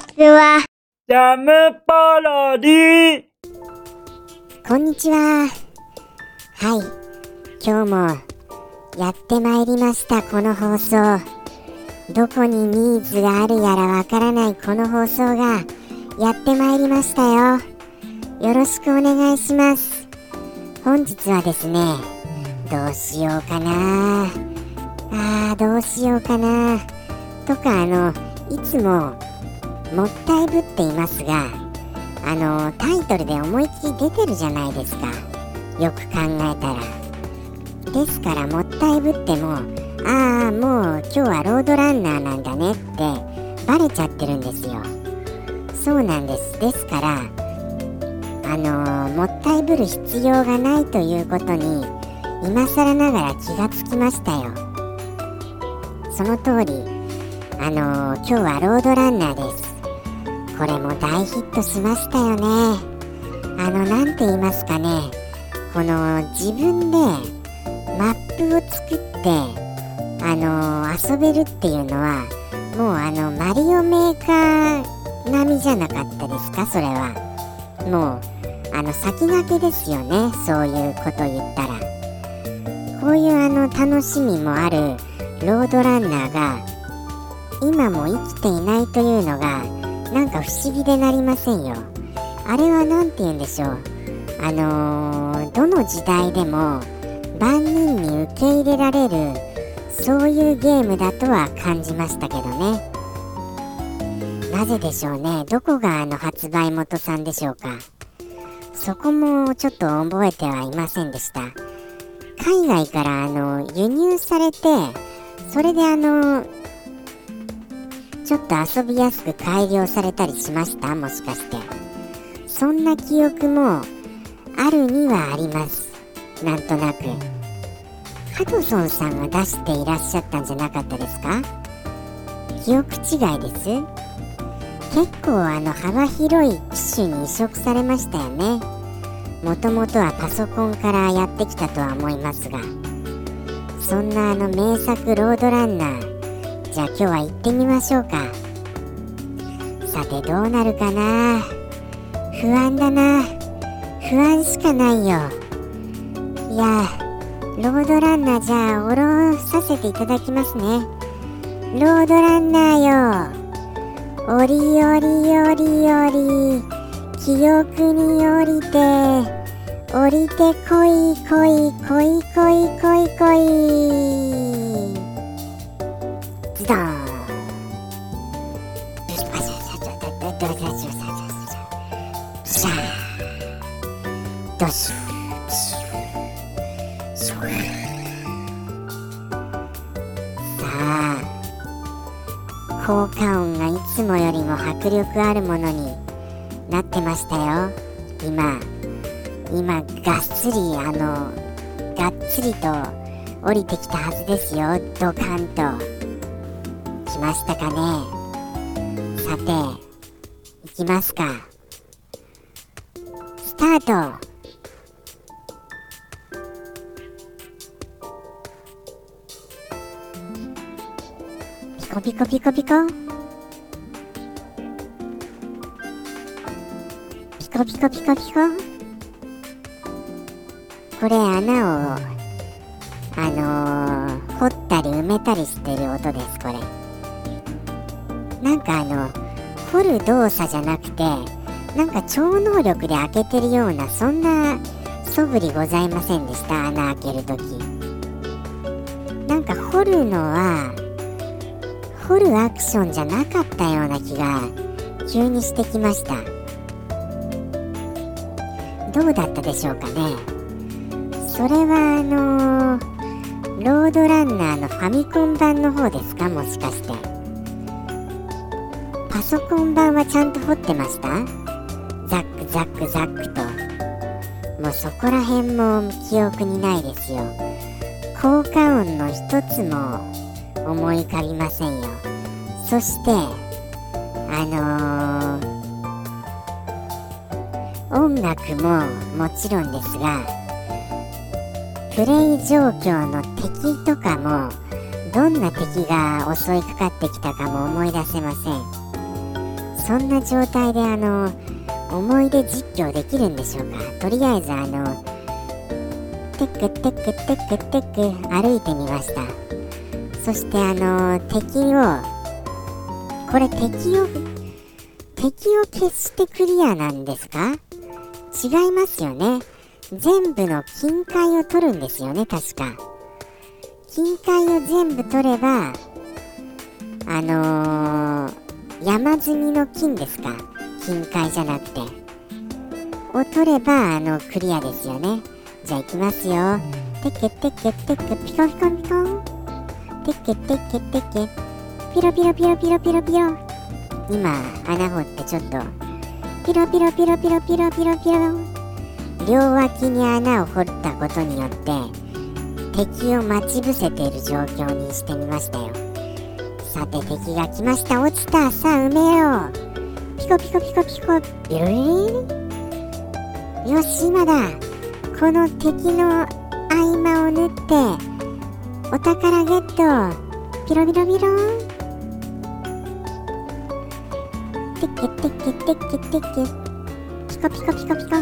ちは。 ジャムパロディ。 こんにちは。はい、今日もやってまいりました。この放送、どこにニーズがあるやらわからないこの放送がやってまいりましたよ。よろしくお願いします。本日はですね、どうしようかな、どうしようかなとか、いつももったいぶっていますが、タイトルで思いっきり出てるじゃないですか、よく考えたら。ですからもったいぶっても、もう今日はロードランナーなんだねってバレちゃってるんですよ。そうなんです。ですからもったいぶる必要がないということに今更ながら気がつきましたよ。その通り今日はロードランナーです。これも大ヒットしましたよね。なんて言いますかね、この自分でマップを作って遊べるっていうのはもうマリオメーカー並みじゃなかったですか。それはもう先駆けですよね。そういうこと言ったら、こういう楽しみもあるロードランナーが今も生きていないというのがなんか不思議でなりませんよ。あれはなんて言うんでしょう、どの時代でも万人に受け入れられる、そういうゲームだとは感じましたけどね。なぜでしょうね。どこが発売元さんでしょうか。そこもちょっと覚えてはいませんでした。海外から輸入されて、それでちょっと遊びやすく改良されたりしました。もしかしてそんな記憶もあるにはあります。なんとなくハドソンさんが出していらっしゃったんじゃなかったですか。記憶違いです。結構幅広い機種に移植されましたよね。もともとはパソコンからやってきたとは思いますが、そんな名作ロードランナー、じゃあ今日は行ってみましょうか。さてどうなるかな。不安だな。不安しかないよ。いや、ロードランナーじゃあ降ろさせていただきますね。ロードランナーよ、おりおりおりおり、記憶に降りて降りてこいこいこいこいこいこい、ズドーン。どしさあ、効果音がいつもよりも迫力あるものになってましたよ。今がっつりと降りてきたはずですよ。ドカンと来ましたかね。さて行きますか。スタート。ピコピコピコピコピコピコピコピコ。これ穴を掘ったり埋めたりしてる音です。これなんか掘る動作じゃなくて、なんか超能力で開けてるような、そんな素振りございませんでした。穴開けるときなんか掘るのは掘るアクションじゃなかったような気が急にしてきました。どうだったでしょうかね。それはロードランナーのファミコン版の方ですか。もしかしてパソコン版はちゃんと掘ってました。ザックザックザックと。もうそこら辺も記憶にないですよ。効果音の一つも思い浮かびませんよ。そして音楽ももちろんですが、プレイ状況の敵とかも、どんな敵が襲いかかってきたかも思い出せません。 そんな状態で思い出実況できるんでしょうか。とりあえずテックテックテックテック歩いてみました。そしてこれ敵を消してクリアなんですか？違いますよね。全部の金塊を取るんですよね、確か。金塊を全部取れば山積みの金ですか、金塊じゃなくてを取ればクリアですよね。じゃあ行きますよ。テッケテッケテッケピコピコピコン、テッケテッケテッケピロピロピロピロピロピロ。今穴掘ってちょっとピロピロピロピロピロピロピロ、両脇に穴を掘ったことによって敵を待ち伏せている状況にしてみましたよ。さて敵が来ました。落ちた。さあ埋めよう。ピコピコピコピコビロリリ。よし今だ。この敵の合間を縫ってお宝ゲット。ピロビロビロン。テッケテッケテッケテッケピコピコピコピコ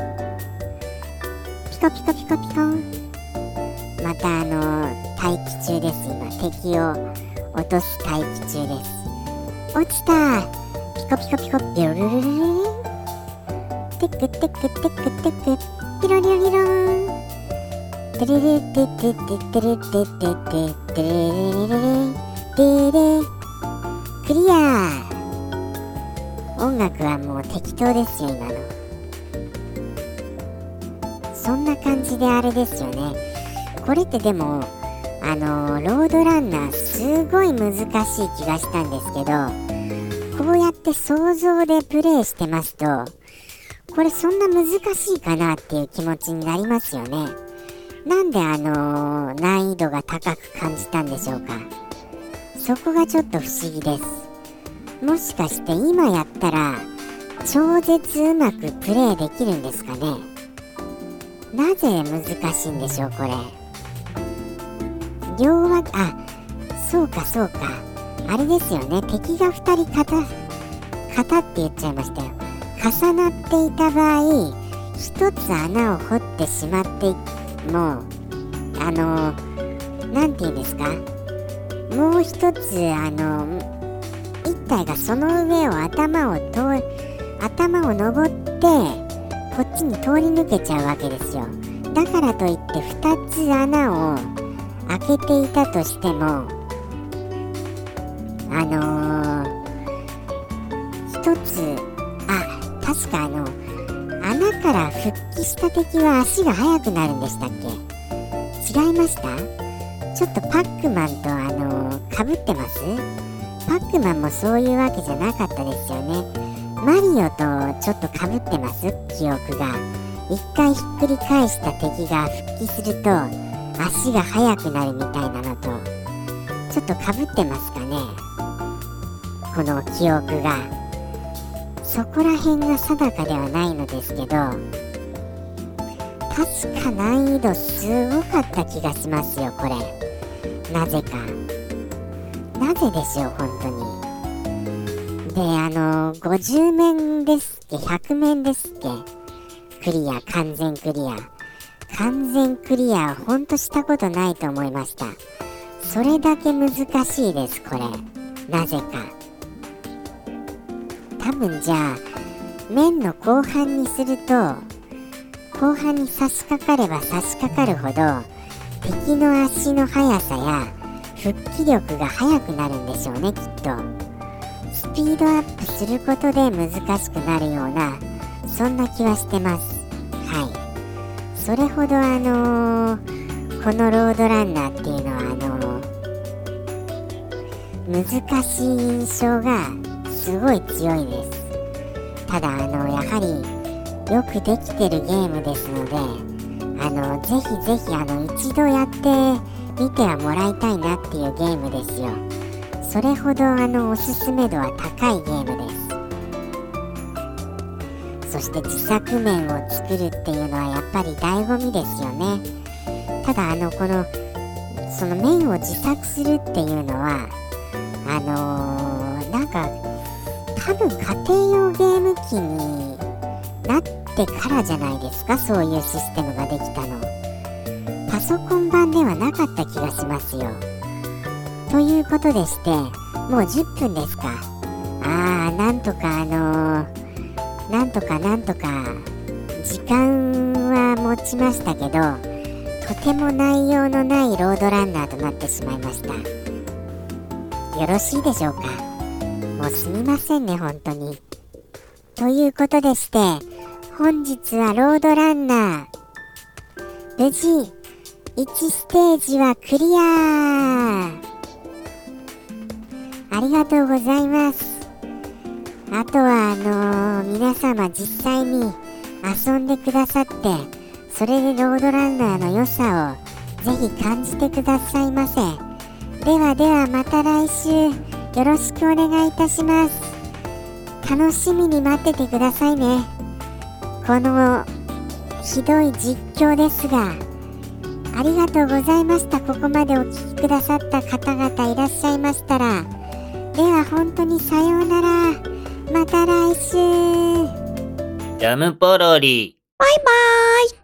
ピコピコピコピコ。また待機中です。今敵を落とす待機中です。落ちた。ピコピコピコビロルルルルル。テックテックテックテックピロリロリロン。テレレテテテテレテテテテレレレレレレ。クリア。音楽はもう適当ですよ今の。そんな感じであれですよね。これってでもロードランナーすごい難しい気がしたんですけど、こうやって想像でプレイしてますとこれそんな難しいかなっていう気持ちになりますよね。なんで難易度が高く感じたんでしょうか。そこがちょっと不思議です。もしかして今やったら超絶うまくプレイできるんですかね。なぜ難しいんでしょうこれ。両脇、そうかそうか、あれですよね。敵が2人型って言っちゃいましたよ。重なっていた場合一つ穴を掘ってしまってもなんて言うんですか、もう一つ一体がその上を頭を登ってこっちに通り抜けちゃうわけですよ。だからといって2つ穴を開けていたとしても一つ確か穴から復帰した敵は足が速くなるんでしたっけ。違いました？ちょっとパックマンと被ってます？パックマンもそういうわけじゃなかったですよね。マリオとちょっと被ってます？記憶が一回ひっくり返した敵が復帰すると足が速くなるみたいなのとちょっと被ってますかね、この記憶が。そこら辺が定かではないのですけど、確か難易度すごかった気がしますよこれ。なぜか。なぜでしょう本当に。で50面ですっけ100面ですっけクリア、完全クリアほんとしたことないと思いました。それだけ難しいですこれ。なぜか。多分じゃあ面の後半にすると、後半に差し掛かれば差し掛かるほど敵の足の速さや復帰力が速くなるんでしょうねきっと。スピードアップすることで難しくなるようなそんな気はしてます。はい。それほどこのロードランナーっていうのは難しい印象がすごい強いです。ただやはりよくできてるゲームですのでぜひぜひ一度やってみてはもらいたいなっていうゲームですよ。それほどおすすめ度は高いゲームです。そして自作面を作るっていうのはやっぱり醍醐味ですよね。ただその面を自作するっていうのはなんか多多分家庭用ゲーム機になってからじゃないですか、そういうシステムができたの。パソコン版ではなかった気がしますよ。ということでして、もう10分ですか。なんとか時間は持ちましたけど、とても内容のないロードランナーとなってしまいました。よろしいでしょうか。もうすみませんね、本当に。ということでして、本日はロードランナー無事1ステージはクリア。ありがとうございます。あとは皆様実際に遊んでくださって、それでロードランナーの良さをぜひ感じてくださいませ。ではまた来週よろしくお願いいたします。楽しみに待っててくださいね。このひどい実況ですが、ありがとうございました。ここまでお聞きくださった方々いらっしゃいましたら、では本当にさようなら。また来週。 ジャムポロリ。 バイバーイ。